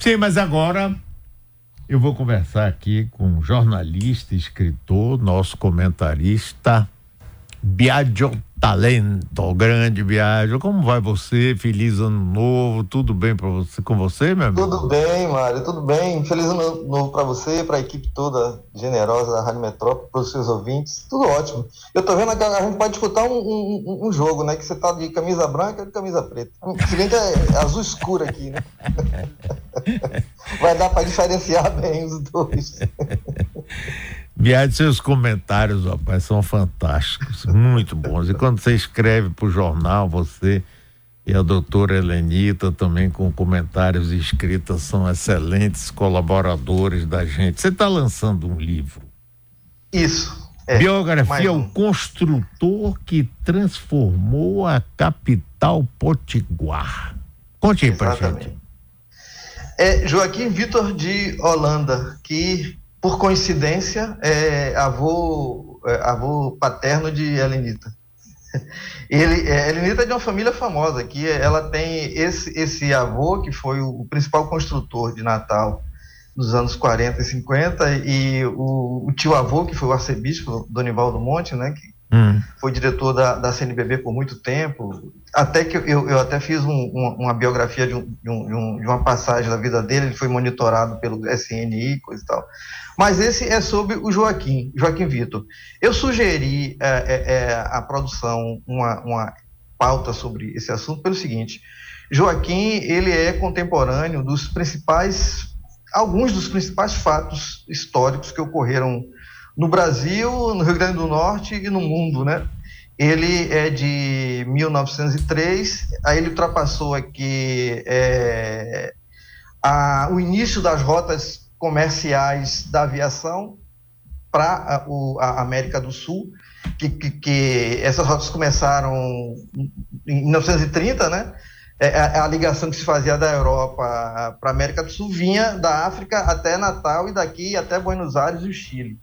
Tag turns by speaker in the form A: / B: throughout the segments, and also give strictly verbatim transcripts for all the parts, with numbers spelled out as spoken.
A: Sim, mas agora eu vou conversar aqui com um jornalista, escritor, nosso comentarista, Biagio Talento, grande Biagio. Como vai você? Feliz ano novo, tudo bem pra você, com você, meu amigo?
B: Tudo bem, Mário, tudo bem. Feliz ano novo para você, para a equipe toda generosa da Rádio Metrópole, para os seus ouvintes, tudo ótimo. Eu tô vendo que a gente pode disputar um, um, um jogo, né? Que você tá de camisa branca e de camisa preta. Se bem que é azul escuro aqui, né? Vai dar para diferenciar bem os dois.
A: Biagio, seus comentários, rapaz, são fantásticos, muito bons. E quando você escreve para o jornal, você e a doutora Helenita também com comentários e escritas são excelentes colaboradores da gente. Você está lançando um livro.
B: Isso. É,
A: Biografia, um. O construtor que transformou a capital potiguar. Conte aí pra gente.
B: É Joaquim Vitor de Holanda, que por coincidência, é avô, é, avô paterno de Helenita. Ele, é, Helenita é de uma família famosa aqui. Ela tem esse, esse avô que foi o, o principal construtor de Natal nos anos quarenta e cinquenta, e o, o tio avô, que foi o arcebispo Donivaldo Monte, né, que hum. foi diretor da, da C N B B por muito tempo. Até que eu, eu até fiz um, uma, uma biografia de, um, de, um, de uma passagem da vida dele. Ele foi monitorado pelo S N I, coisa e tal. Mas esse é sobre o Joaquim, Joaquim Vitor. Eu sugeri é, é, é, a produção, uma, uma pauta sobre esse assunto pelo seguinte: Joaquim, ele é contemporâneo dos principais, alguns dos principais fatos históricos que ocorreram no Brasil, no Rio Grande do Norte e no mundo, né? Ele é de mil novecentos e três, aí ele ultrapassou aqui é, a, o início das rotas comerciais da aviação para a, a América do Sul, que, que, que essas rotas começaram em mil novecentos e trinta, né? É, a, a ligação que se fazia da Europa para a América do Sul vinha da África até Natal e daqui até Buenos Aires e o Chile.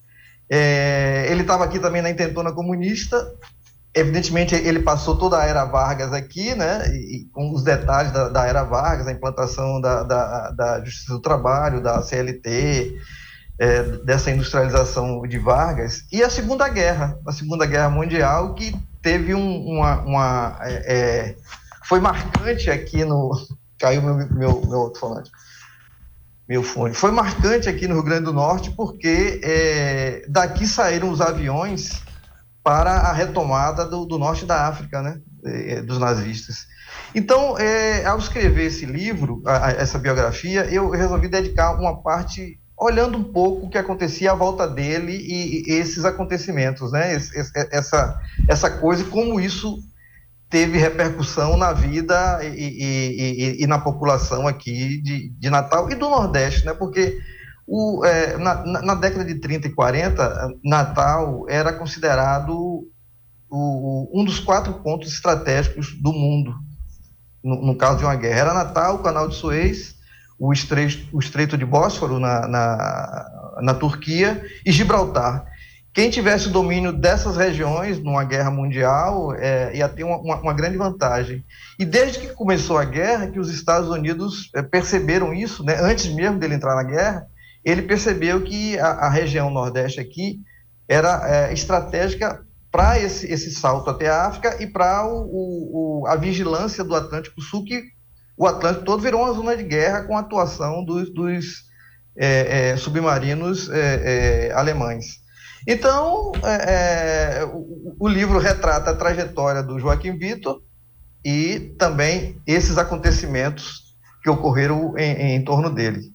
B: É, ele estava aqui também na intentona comunista. Evidentemente, ele passou toda a era Vargas aqui, né, e, e com os detalhes da, da era Vargas, a implantação da, da, da Justiça do Trabalho, da C L T, é, dessa industrialização de Vargas, e a Segunda Guerra, a Segunda Guerra Mundial, que teve um, uma... uma é, é, foi marcante aqui no... Caiu meu, meu, meu outro falante. Meu fone. Foi marcante aqui no Rio Grande do Norte, porque é, daqui saíram os aviões para a retomada do, do norte da África, né, é, dos nazistas. Então, é, ao escrever esse livro, a, a, essa biografia, eu resolvi dedicar uma parte olhando um pouco o que acontecia à volta dele e, e esses acontecimentos, né, esse, esse, essa, essa coisa e como isso teve repercussão na vida e, e, e, e na população aqui de, de Natal e do Nordeste, né? Porque o, é, na, na década de trinta e quarenta, Natal era considerado o, o, um dos quatro pontos estratégicos do mundo, no, no caso de uma guerra. Era Natal, o Canal de Suez, o Estreito, o Estreito de Bósforo na, na, na Turquia e Gibraltar. Quem tivesse o domínio dessas regiões numa guerra mundial é, ia ter uma, uma, uma grande vantagem. E desde que começou a guerra, que os Estados Unidos é, perceberam isso, né, antes mesmo dele entrar na guerra, ele percebeu que a, a região Nordeste aqui era é, estratégica para esse, esse salto até a África e para o, o, a vigilância do Atlântico Sul, que o Atlântico todo virou uma zona de guerra com a atuação dos, dos é, é, submarinos é, é, alemães. Então, é, o, o livro retrata a trajetória do Joaquim Vitor e também esses acontecimentos que ocorreram em, em torno dele.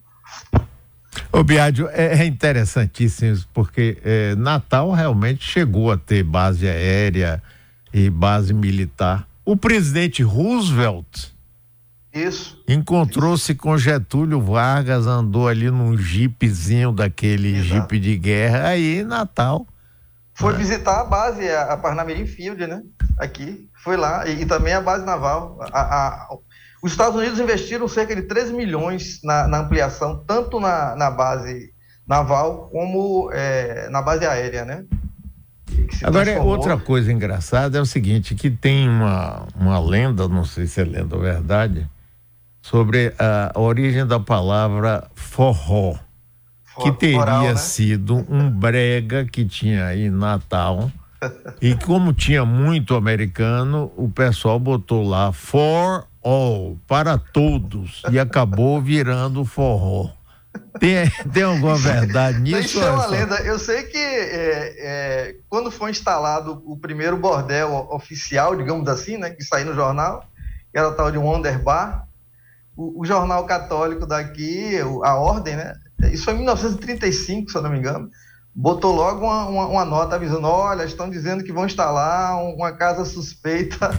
A: Ô Biagio, é interessantíssimo isso, porque é, Natal realmente chegou a ter base aérea e base militar. O presidente Roosevelt
B: Isso.
A: encontrou-se com Getúlio Vargas, andou ali num jipezinho daquele Exato. Jipe de guerra, aí Natal.
B: Foi é. visitar a base, a, a Parnamirim Field, né? Aqui, foi lá, e, e também a base naval. A, a, os Estados Unidos investiram cerca de treze milhões na, na ampliação, tanto na, na base naval como é, na base aérea, né?
A: Agora, transformou. Outra coisa engraçada é o seguinte, que tem uma, uma lenda, não sei se é lenda ou verdade, sobre a origem da palavra forró, que teria
B: Foral, né?
A: sido um brega que tinha aí em Natal, e como tinha muito americano, o pessoal botou lá for all, para todos, e acabou virando forró. Tem, tem alguma verdade nisso?
B: Isso é uma lenda. Eu sei que é, é, quando foi instalado o primeiro bordel oficial, digamos assim, né, que saiu no jornal, que era o tal de Wonder Bar, o, o jornal católico daqui, a Ordem, né, isso foi em mil novecentos e trinta e cinco, se eu não me engano, botou logo uma, uma, uma nota avisando, olha, estão dizendo que vão instalar uma casa suspeita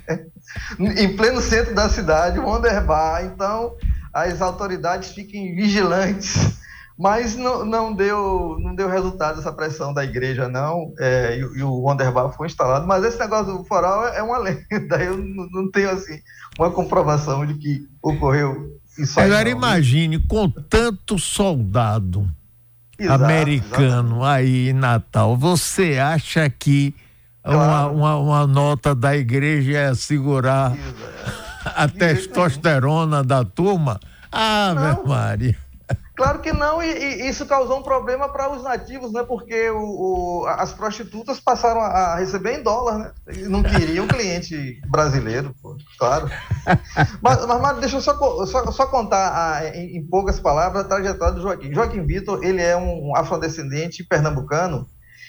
B: em pleno centro da cidade, Wonder Bar. Então as autoridades fiquem vigilantes, mas não, não, deu, não deu resultado essa pressão da igreja, não, é, e, e o Wonder Bar foi instalado, mas esse negócio do foral é, é uma lenda, eu não, não tenho, assim, uma comprovação de que ocorreu isso aí.
A: Agora
B: não,
A: imagine, né? Com tanto soldado Exato, americano exatamente. Aí em Natal, você acha que claro. uma, uma, uma nota da igreja ia segurar Exato. a testosterona da turma? Ah, meu Maria.
B: Claro que não, e, e isso causou um problema para os nativos, né? Porque o, o, as prostitutas passaram a receber em dólar, né? Eles não queriam cliente brasileiro, pô, claro. Mas, mas, mas deixa eu só, só, só contar a, em, em poucas palavras a trajetória do Joaquim. Joaquim Vitor, ele é um afrodescendente pernambucano.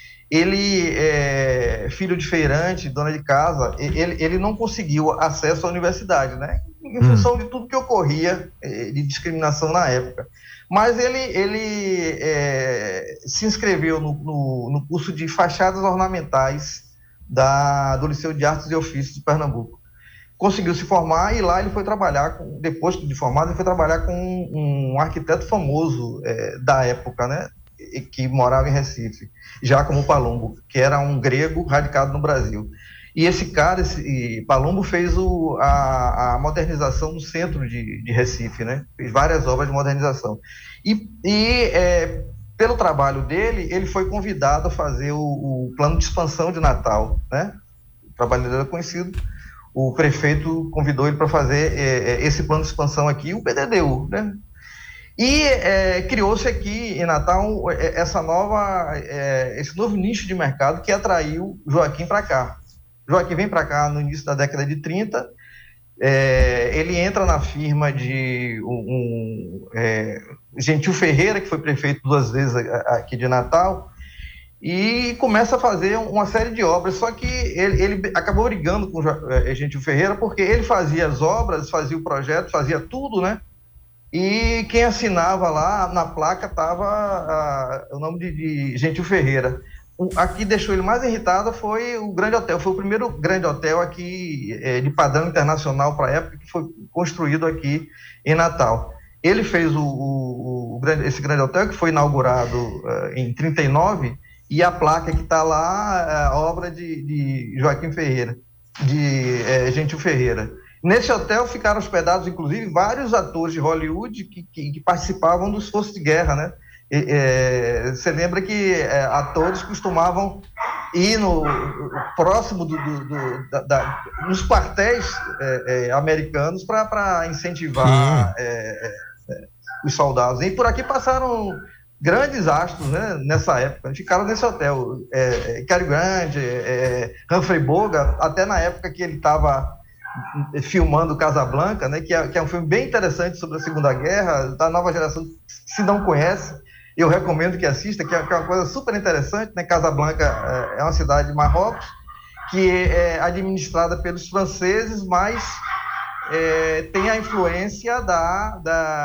B: Ele é filho de feirante, dona de casa. Ele, ele não conseguiu acesso à universidade, né? Em função hum. de tudo que ocorria de discriminação na época. Mas ele, ele é, se inscreveu no, no, no curso de fachadas ornamentais da, do Liceu de Artes e Ofícios de Pernambuco. Conseguiu se formar e lá ele foi trabalhar, com, depois de formado, ele foi trabalhar com um, um arquiteto famoso é, da época, né? Que morava em Recife, Giacomo Palumbo, que era um grego radicado no Brasil. E esse cara, esse Palumbo, fez o, a, a modernização do centro de, de Recife, né? Fez várias obras de modernização. E, e é, pelo trabalho dele, ele foi convidado a fazer o, o plano de expansão de Natal, né? O trabalho dele era conhecido. O prefeito convidou ele para fazer é, esse plano de expansão aqui, o P D D U, né? E é, criou-se aqui em Natal essa nova, é, esse novo nicho de mercado que atraiu Joaquim para cá. Joaquim vem para cá no início da década de trinta, é, ele entra na firma de um, um é, Gentil Ferreira, que foi prefeito duas vezes aqui de Natal, e começa a fazer uma série de obras, só que ele, ele acabou brigando com o Gentil Ferreira, porque ele fazia as obras, fazia o projeto, fazia tudo, né? E quem assinava lá na placa estava o nome de, de Gentil Ferreira. O, aqui deixou ele mais irritado foi o Grande Hotel, foi o primeiro grande hotel aqui é, de padrão internacional para a época que foi construído aqui em Natal. Ele fez o, o, o, esse grande hotel que foi inaugurado uh, em trinta e nove, e a placa que está lá é a obra de, de Joaquim Ferreira, de é, Gentil Ferreira. Nesse hotel ficaram hospedados, inclusive, vários atores de Hollywood que, que, que participavam do esforço de guerra, né? Você é, lembra que é, atores costumavam ir no, próximo do, do, do, da, da, nos quartéis é, é, americanos para incentivar é, é, os soldados. E por aqui passaram grandes astros, né, nessa época, ficaram nesse hotel. É, Cary Grant, é, Humphrey Bogart, até na época que ele estava filmando Casablanca, né, que é, que é um filme bem interessante sobre a Segunda Guerra, da nova geração, se não conhece, eu recomendo que assista, que é, que é uma coisa super interessante, né? Casablanca é, é uma cidade de Marrocos, que é administrada pelos franceses, mas é, tem a influência da,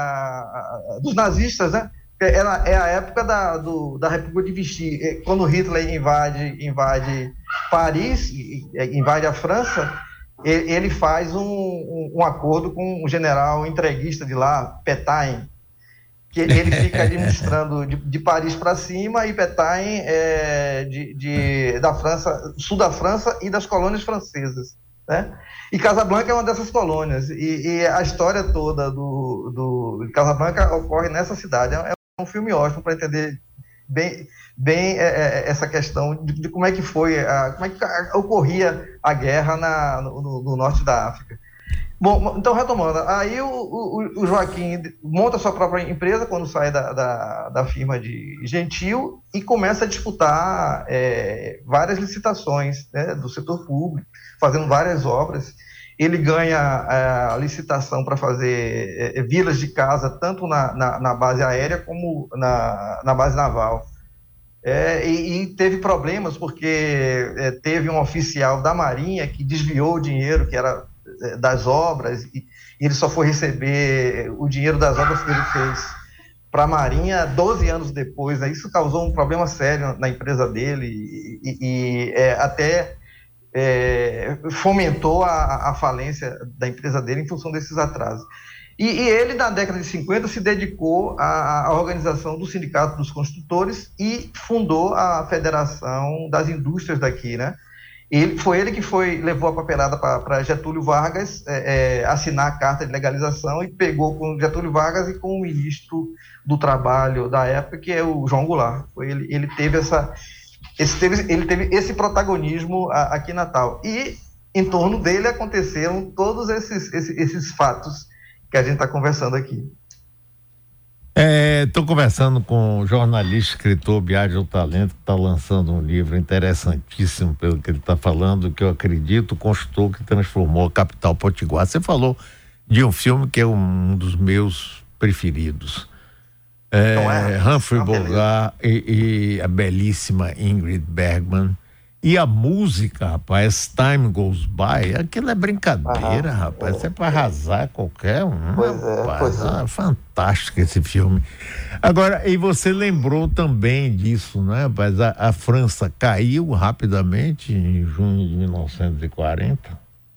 B: da, dos nazistas, né? Ela é a época da, do, da República de Vichy, quando Hitler invade, invade Paris, invade a França, ele faz um, um, um acordo com o general entreguista de lá, Pétain, que ele fica administrando de, de Paris para cima, e Pétain é de, de, da França, sul da França e das colônias francesas, né? E Casablanca é uma dessas colônias, e, e a história toda do, do de Casablanca ocorre nessa cidade. É um filme ótimo para entender bem, bem é, é, essa questão de, de como é que foi, a, como é que a, ocorria a guerra na, no, no norte da África. Bom, então retomando, aí o, o, o Joaquim monta sua própria empresa quando sai da, da, da firma de Gentil e começa a disputar é, várias licitações, né, do setor público, fazendo várias obras. Ele ganha a licitação para fazer é, vilas de casa, tanto na, na, na base aérea como na, na base naval. É, e, e teve problemas porque é, teve um oficial da Marinha que desviou o dinheiro que era é, das obras, e, e ele só foi receber o dinheiro das obras que ele fez para a Marinha doze anos depois, né? Isso causou um problema sério na empresa dele e, e, e é, até é, fomentou a, a falência da empresa dele em função desses atrasos. E, e ele, na década de cinquenta, se dedicou à, à organização do Sindicato dos Construtores e fundou a Federação das Indústrias daqui, né? Ele, foi ele que foi, levou a papelada para Getúlio Vargas é, é, assinar a carta de legalização e pegou com Getúlio Vargas e com o ministro do Trabalho da época, que é o João Goulart. Foi ele, ele, teve essa, esse, teve, ele teve esse protagonismo a, aqui em Natal. E em torno dele aconteceram todos esses, esses, esses fatos que a gente está conversando aqui.
A: Estou é, conversando com o jornalista, escritor Biagio Talento, que está lançando um livro interessantíssimo pelo que ele está falando, que eu acredito, construtor que transformou a capital potiguar. Você falou de um filme que é um dos meus preferidos. É, então é, Humphrey Bogart e, e a belíssima Ingrid Bergman. E a música, rapaz, Time Goes By, aquilo é brincadeira, ah, rapaz, isso é, é para arrasar qualquer um.
B: Pois é,
A: rapaz,
B: pois é.
A: Ah, fantástico esse filme. Agora, e você lembrou também disso, né, rapaz? A, a França caiu rapidamente em junho de mil novecentos e quarenta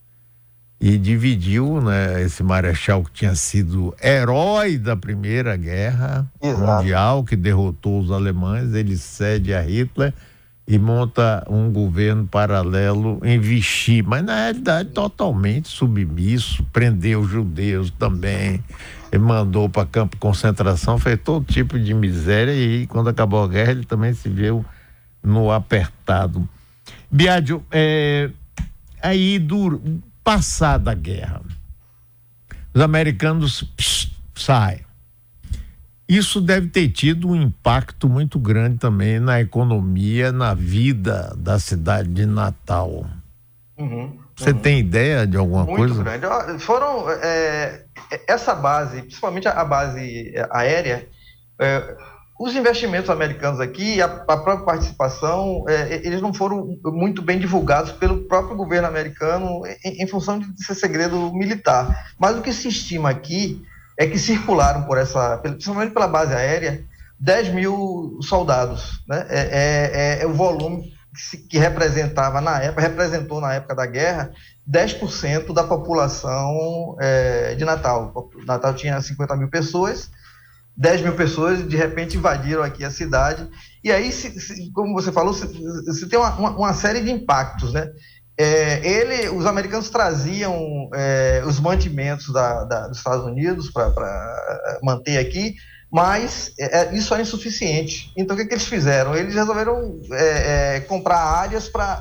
A: e dividiu, né, esse marechal que tinha sido herói da Primeira Guerra Exato. Mundial, que derrotou os alemães, ele cede a Hitler e monta um governo paralelo em Vichy, mas na realidade totalmente submisso, prendeu os judeus também, e mandou para campo de concentração, fez todo tipo de miséria, e quando acabou a guerra ele também se viu no apertado. Biagio, é, aí do, passada a guerra, os americanos pss, saem. Isso deve ter tido um impacto muito grande também na economia, na vida da cidade de Natal.
B: Uhum,
A: Você
B: uhum.
A: tem ideia de alguma
B: muito
A: coisa?
B: Muito grande. Foram, é, essa base, principalmente a base aérea, é, os investimentos americanos aqui, a, a própria participação, é, eles não foram muito bem divulgados pelo próprio governo americano em, em função de ser segredo militar. Mas o que se estima aqui é que circularam por essa, principalmente pela base aérea, dez mil soldados, né? É, é, é o volume que, se, que representava na época, representou na época da guerra, dez por cento da população é, de Natal. Natal tinha cinquenta mil pessoas, dez mil pessoas de repente invadiram aqui a cidade, e aí, se, se, como você falou, se, se tem uma, uma, uma série de impactos, né? É, ele, os americanos traziam é, os mantimentos da, da, dos Estados Unidos para manter aqui, mas é, isso é insuficiente. Então, o que, que eles fizeram? Eles resolveram é, é, comprar áreas para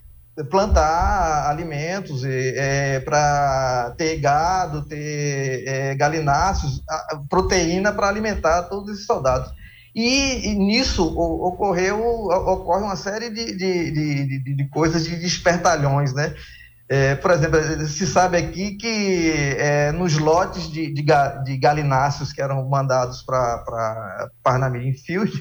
B: plantar alimentos, é, para ter gado, ter é, galináceos, proteína para alimentar todos esses soldados. E, e nisso ocorreu, ocorre uma série de, de, de, de, de coisas, de espertalhões, né? É, por exemplo, se sabe aqui que é, nos lotes de, de, de galináceos que eram mandados para Parnamirim Field,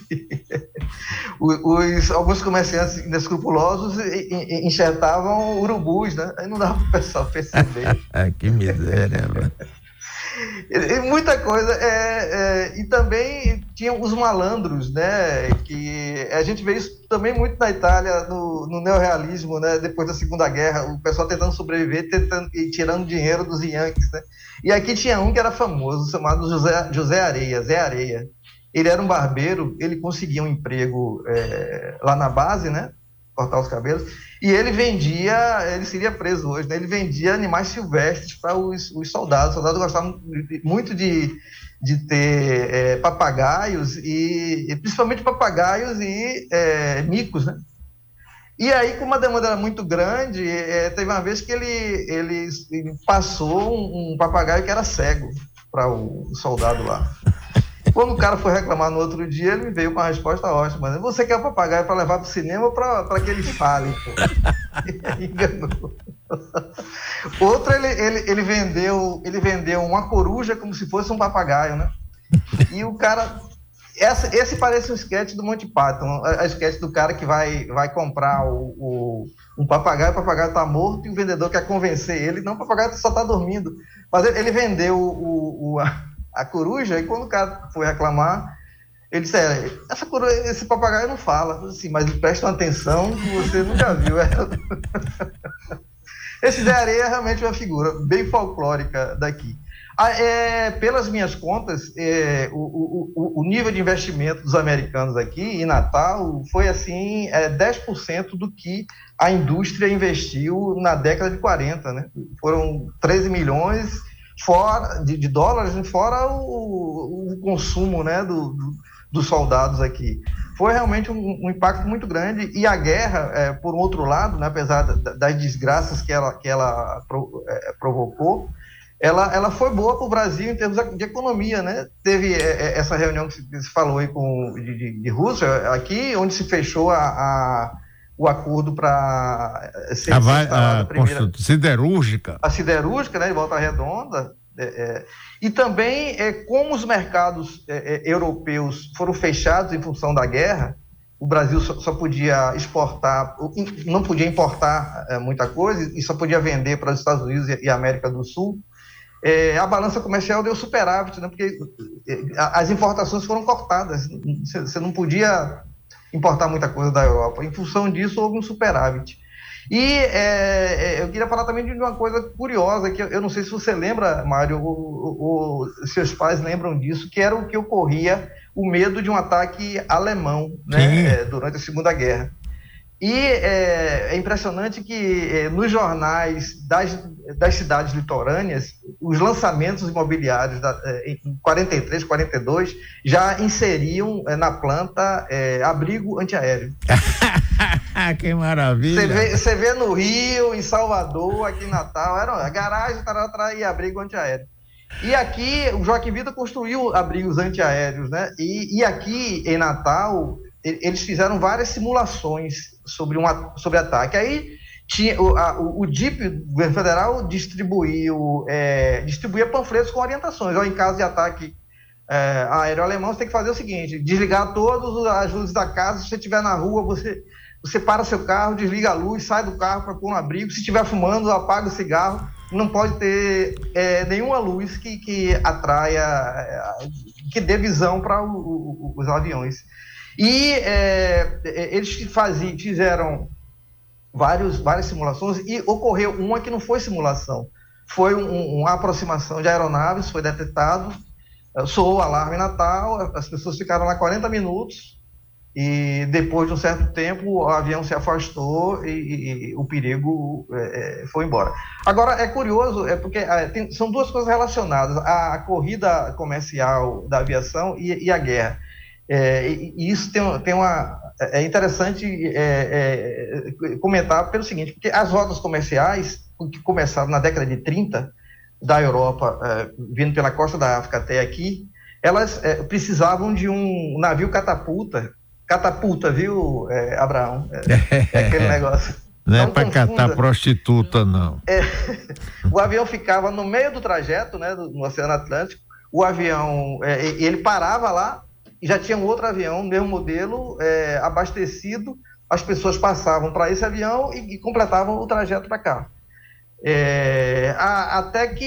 B: os, alguns comerciantes inescrupulosos enxertavam urubus, né? Aí não dava para o pessoal perceber.
A: Que miséria, mano.
B: E muita coisa, é, é, e também tinham os malandros, né, que a gente vê isso também muito na Itália, no, no neorrealismo, né, depois da Segunda Guerra, o pessoal tentando sobreviver, tentando, e tirando dinheiro dos Yankees, né, e aqui tinha um que era famoso, chamado José, José Areia, Zé Areia. Ele era um barbeiro, ele conseguia um emprego é, lá na base, né, cortar os cabelos, e ele vendia, ele seria preso hoje, né? Ele vendia animais silvestres para os, os soldados. Os soldados gostavam muito de, de ter é, papagaios, e, e principalmente papagaios e é, micos, né? E aí, como a demanda era muito grande, é, teve uma vez que ele, ele, ele passou um, um papagaio que era cego para o soldado lá. Quando o cara foi reclamar no outro dia, ele me veio com uma resposta ótima. Você quer o papagaio para levar para o cinema ou para que ele fale? Pô? E enganou. Outro, ele, ele, ele, vendeu, ele vendeu uma coruja como se fosse um papagaio, né? E o cara... Essa, esse parece um sketch do Monty Python, a, a sketch do cara que vai, vai comprar o, o, um papagaio, o papagaio está morto e o vendedor quer convencer ele, não, o papagaio só está dormindo. Mas ele, ele vendeu o, o, a, a coruja, e quando o cara foi reclamar, ele disse, é, essa coruja, esse papagaio não fala, assim, mas prestam atenção que você nunca viu. Esse Zé Areia é realmente uma figura bem folclórica daqui. Ah, é, pelas minhas contas, é, o, o, o nível de investimento dos americanos aqui em Natal foi assim, é, dez por cento do que a indústria investiu na década de quarenta, né? Foram treze milhões fora, de, de dólares, fora o, o consumo, né, do, do, dos soldados aqui. Foi realmente um, um impacto muito grande, e a guerra, é, por um outro lado, né, apesar da, das desgraças que ela, que ela pro, é, provocou, Ela, ela foi boa para o Brasil em termos de economia, né? Teve é, essa reunião que se, que se falou aí com, de, de, de Rússia, aqui, onde se fechou a, a, o acordo para ser
A: a, vai,
B: a,
A: a primeira, siderúrgica.
B: A siderúrgica, né, de Volta Redonda. É, é, e também, é, como os mercados é, é, europeus foram fechados em função da guerra, o Brasil só, só podia exportar, não podia importar é, muita coisa, e só podia vender para os Estados Unidos e, e América do Sul. É, a balança comercial deu superávit, né? Porque as importações foram cortadas, você não podia importar muita coisa da Europa. Em função disso, houve um superávit. E é, eu queria falar também de uma coisa curiosa, que eu não sei se você lembra, Mário, ou, ou seus pais lembram disso, que era o que ocorria, o medo de um ataque alemão, né? É, durante a Segunda Guerra. E é, é impressionante que é, nos jornais das, das cidades litorâneas, os lançamentos imobiliários da, é, em quarenta e três, quarenta e dois já inseriam é, na planta é, abrigo antiaéreo.
A: Que maravilha!
B: Você vê, você vê no Rio, em Salvador, aqui em Natal, era a garagem tará, e abrigo antiaéreo. E aqui o Joaquim Vitor construiu abrigos antiaéreos, né? E, e aqui em Natal eles fizeram várias simulações sobre, um, sobre ataque. Aí tinha, o, a, o D I P, o governo federal, distribuiu, é, distribuía panfletos com orientações. Ó, em caso de ataque é, aéreo alemão, você tem que fazer o seguinte: desligar todas as luzes da casa. Se você estiver na rua, você, você para seu carro, desliga a luz, sai do carro para pôr um abrigo. Se estiver fumando, apaga o cigarro. Não pode ter é, nenhuma luz que, que atraia, é, que dê visão para os aviões. E é, eles faziam, fizeram vários, várias simulações, e ocorreu uma que não foi simulação. Foi um, uma aproximação de aeronaves, foi detectado, soou o alarme em Natal, as pessoas ficaram lá quarenta minutos, e depois de um certo tempo o avião se afastou e, e, e o perigo é, foi embora. Agora, é curioso, é porque é, tem, são duas coisas relacionadas, a, a corrida comercial da aviação e, e a guerra. É, e isso tem, tem uma, é interessante é, é, comentar pelo seguinte, porque as rotas comerciais que começaram na década de trinta da Europa, é, vindo pela costa da África até aqui, elas é, precisavam de um navio catapulta, catapulta, viu, é, Abraão? É, é aquele negócio.
A: Não, não é para catar prostituta, não.
B: É, o avião ficava no meio do trajeto, né, do, no Oceano Atlântico, o avião, é, ele parava lá, e já tinha um outro avião, mesmo modelo, é, abastecido, as pessoas passavam para esse avião e, e completavam o trajeto para cá. É, a, até que,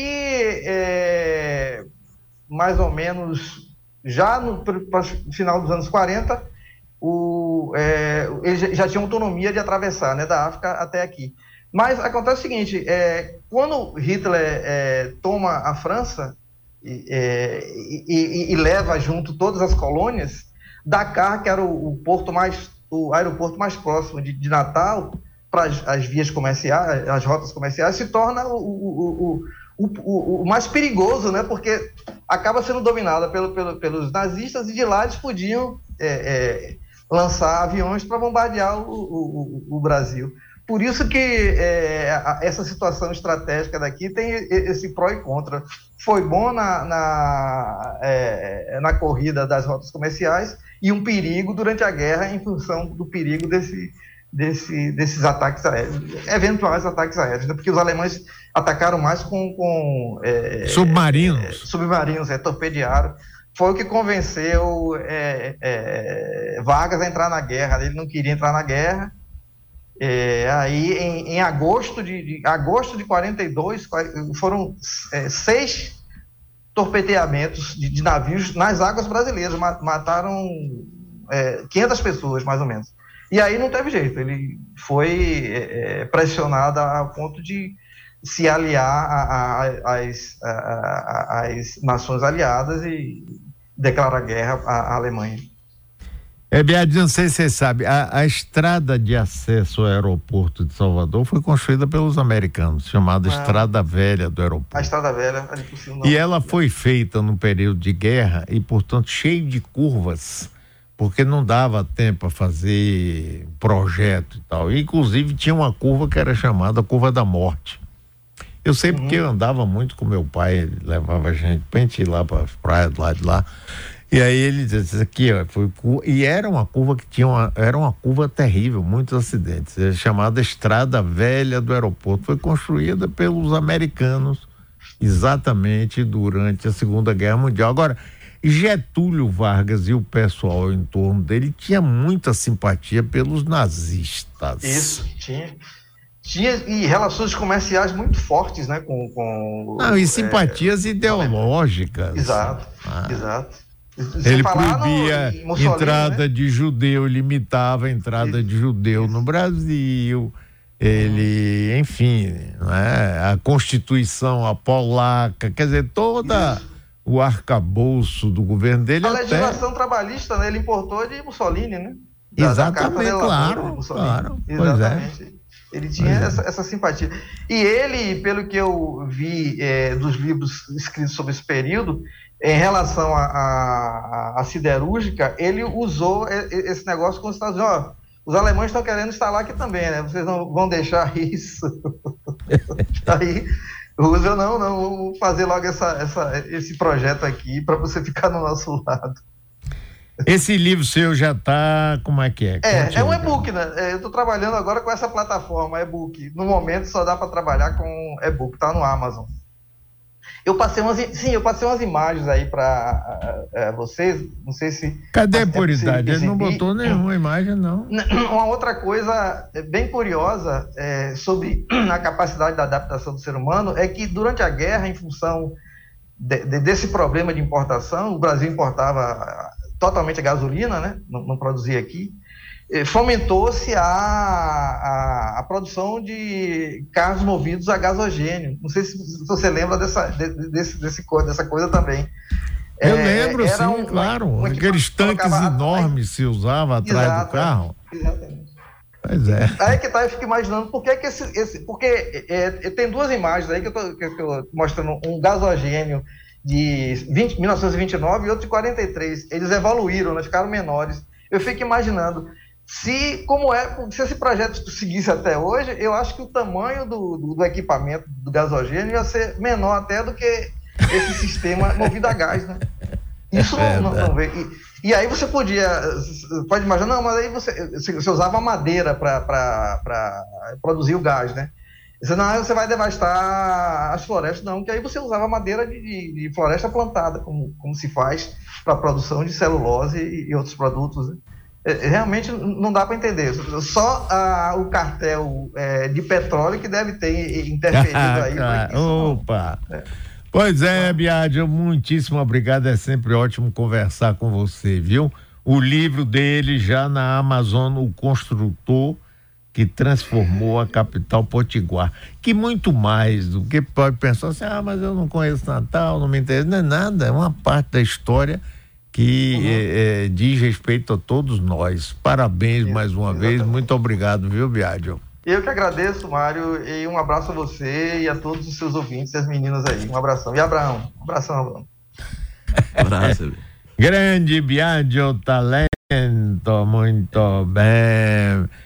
B: é, mais ou menos, já no final dos anos quarenta, o, é, eles já tinham autonomia de atravessar, né, da África até aqui. Mas acontece o seguinte, é, quando Hitler é, toma a França, E, e, e, e leva junto todas as colônias, Dakar, que era o, o porto mais, o aeroporto mais próximo de, de Natal, para as, as vias comerciais, as rotas comerciais, se torna o, o, o, o, o mais perigoso, né? Porque acaba sendo dominada pelo, pelo, pelos nazistas, e de lá eles podiam é, é, lançar aviões para bombardear o, o, o Brasil. Por isso que é, essa situação estratégica daqui tem esse pró e contra. Foi bom na, na, é, na corrida das rotas comerciais e um perigo durante a guerra em função do perigo desse, desse, desses ataques aéreos, eventuais ataques aéreos, né? Porque os alemães atacaram mais com... com é,
A: submarinos.
B: É, submarinos, é, torpedearam. Foi o que convenceu é, é, Vargas a entrar na guerra. Ele não queria entrar na guerra. É, aí, em, em agosto de, de agosto de quarenta e dois, foram é, seis torpedeamentos de, de navios nas águas brasileiras. Mataram é, quinhentas pessoas, mais ou menos. E aí não teve jeito. Ele foi é, pressionado ao ponto de se aliar às nações aliadas e declarar guerra à, à Alemanha.
A: É, Biadi, não sei se você sabe, a, a estrada de acesso ao aeroporto de Salvador foi construída pelos americanos, chamada ah, Estrada Velha do aeroporto.
B: A Estrada Velha, ali por cima.
A: E ela foi feita no período de guerra e, portanto, cheia de curvas, porque não dava tempo para fazer projeto e tal. E, inclusive, tinha uma curva que era chamada Curva da Morte. Eu sei porque uhum. eu andava muito com meu pai, ele levava a gente pra gente ir lá para as praias do lado de lá. E aí ele disse, isso aqui, ó, foi curva, e era uma curva que tinha uma, era uma curva terrível, muitos acidentes, é chamada Estrada Velha do aeroporto, foi construída pelos americanos exatamente durante a Segunda Guerra Mundial. Agora, Getúlio Vargas e o pessoal em torno dele tinha muita simpatia pelos nazistas.
B: Isso, tinha. Tinha e relações comerciais muito fortes, né, com... com
A: Não, e simpatias é, ideológicas.
B: Exato, ah. exato.
A: Ele proibia no, entrada, né, de judeu, limitava a entrada isso, de judeu isso. no Brasil, ele, enfim, né, a Constituição, a polaca, quer dizer, toda isso. o arcabouço do governo dele.
B: A
A: até...
B: legislação trabalhista, né, ele importou de Mussolini, né?
A: Da, Exatamente, da claro, claro,
B: Exatamente.
A: Pois é.
B: Ele tinha é. essa, essa simpatia. E ele, pelo que eu vi é, dos livros escritos sobre esse período, em relação à siderúrgica, ele usou esse negócio com os Estados Unidos. Ó, os alemães estão querendo instalar aqui também, né? Vocês não vão deixar isso. Aí, Roosevelt, não, não, vamos fazer logo essa, essa, esse projeto aqui para você ficar no nosso lado.
A: Esse livro seu já está, como é que é?
B: É,
A: Continua.
B: é um e-book, né? Eu estou trabalhando agora com essa plataforma, e-book. No momento só dá para trabalhar com e-book, tá no Amazon. Eu passei umas, sim, eu passei umas imagens aí para uh, uh, vocês, não sei se...
A: Cadê a prioridade? Ele não botou nenhuma imagem, não.
B: Uma outra coisa bem curiosa é, sobre a capacidade da adaptação do ser humano é que durante a guerra, em função de, de, desse problema de importação, o Brasil importava totalmente a gasolina, né? Não, não produzia aqui, fomentou-se a, a, a produção de carros movidos a gasogênio. Não sei se, se você lembra dessa, de, desse, desse, dessa coisa também.
A: Eu é, lembro, sim, um, claro. Um, um Aqueles tanques enormes a... se usava atrás Exato, do carro.
B: Exatamente.
A: Pois é.
B: Aí que tá, eu fico imaginando por que, que esse, esse... Porque é, tem duas imagens aí que eu estou mostrando, um gasogênio de vinte, mil novecentos e vinte e nove e outro de quarenta e três. Eles evoluíram, né, ficaram menores. Eu fico imaginando... Se, como é, se esse projeto seguisse até hoje, eu acho que o tamanho do, do, do equipamento do gasogênio ia ser menor até do que esse sistema movido a gás, né? Isso não, não, não veio. E, e aí você podia, pode imaginar, não, mas aí você, você usava madeira para produzir o gás, né? Você, não, você vai devastar as florestas, não, que aí você usava madeira de, de, de floresta plantada, como, como se faz para a produção de celulose e, e outros produtos, né? Realmente não dá para entender. Só ah, o cartel é, de petróleo que deve ter interferido aí.
A: Cara, opa! É. Pois é, Biadi, muitíssimo obrigado. É sempre ótimo conversar com você, viu? O livro dele já na Amazon, O Construtor que Transformou a Capital Potiguar. Que muito mais do que pode pensar assim, ah, mas eu não conheço Natal, não me interessa. Não é nada, é uma parte da história que uhum. é, é, diz respeito a todos nós. Parabéns Isso, mais uma exatamente. vez, muito obrigado, viu, Biadi?
B: Eu que agradeço, Mário, e um abraço a você e a todos os seus ouvintes e as meninas aí. Um abração. E Abraão? Um abração, Abraão.
A: Abraço. Grande Biadi Otalé. Muito, muito bem.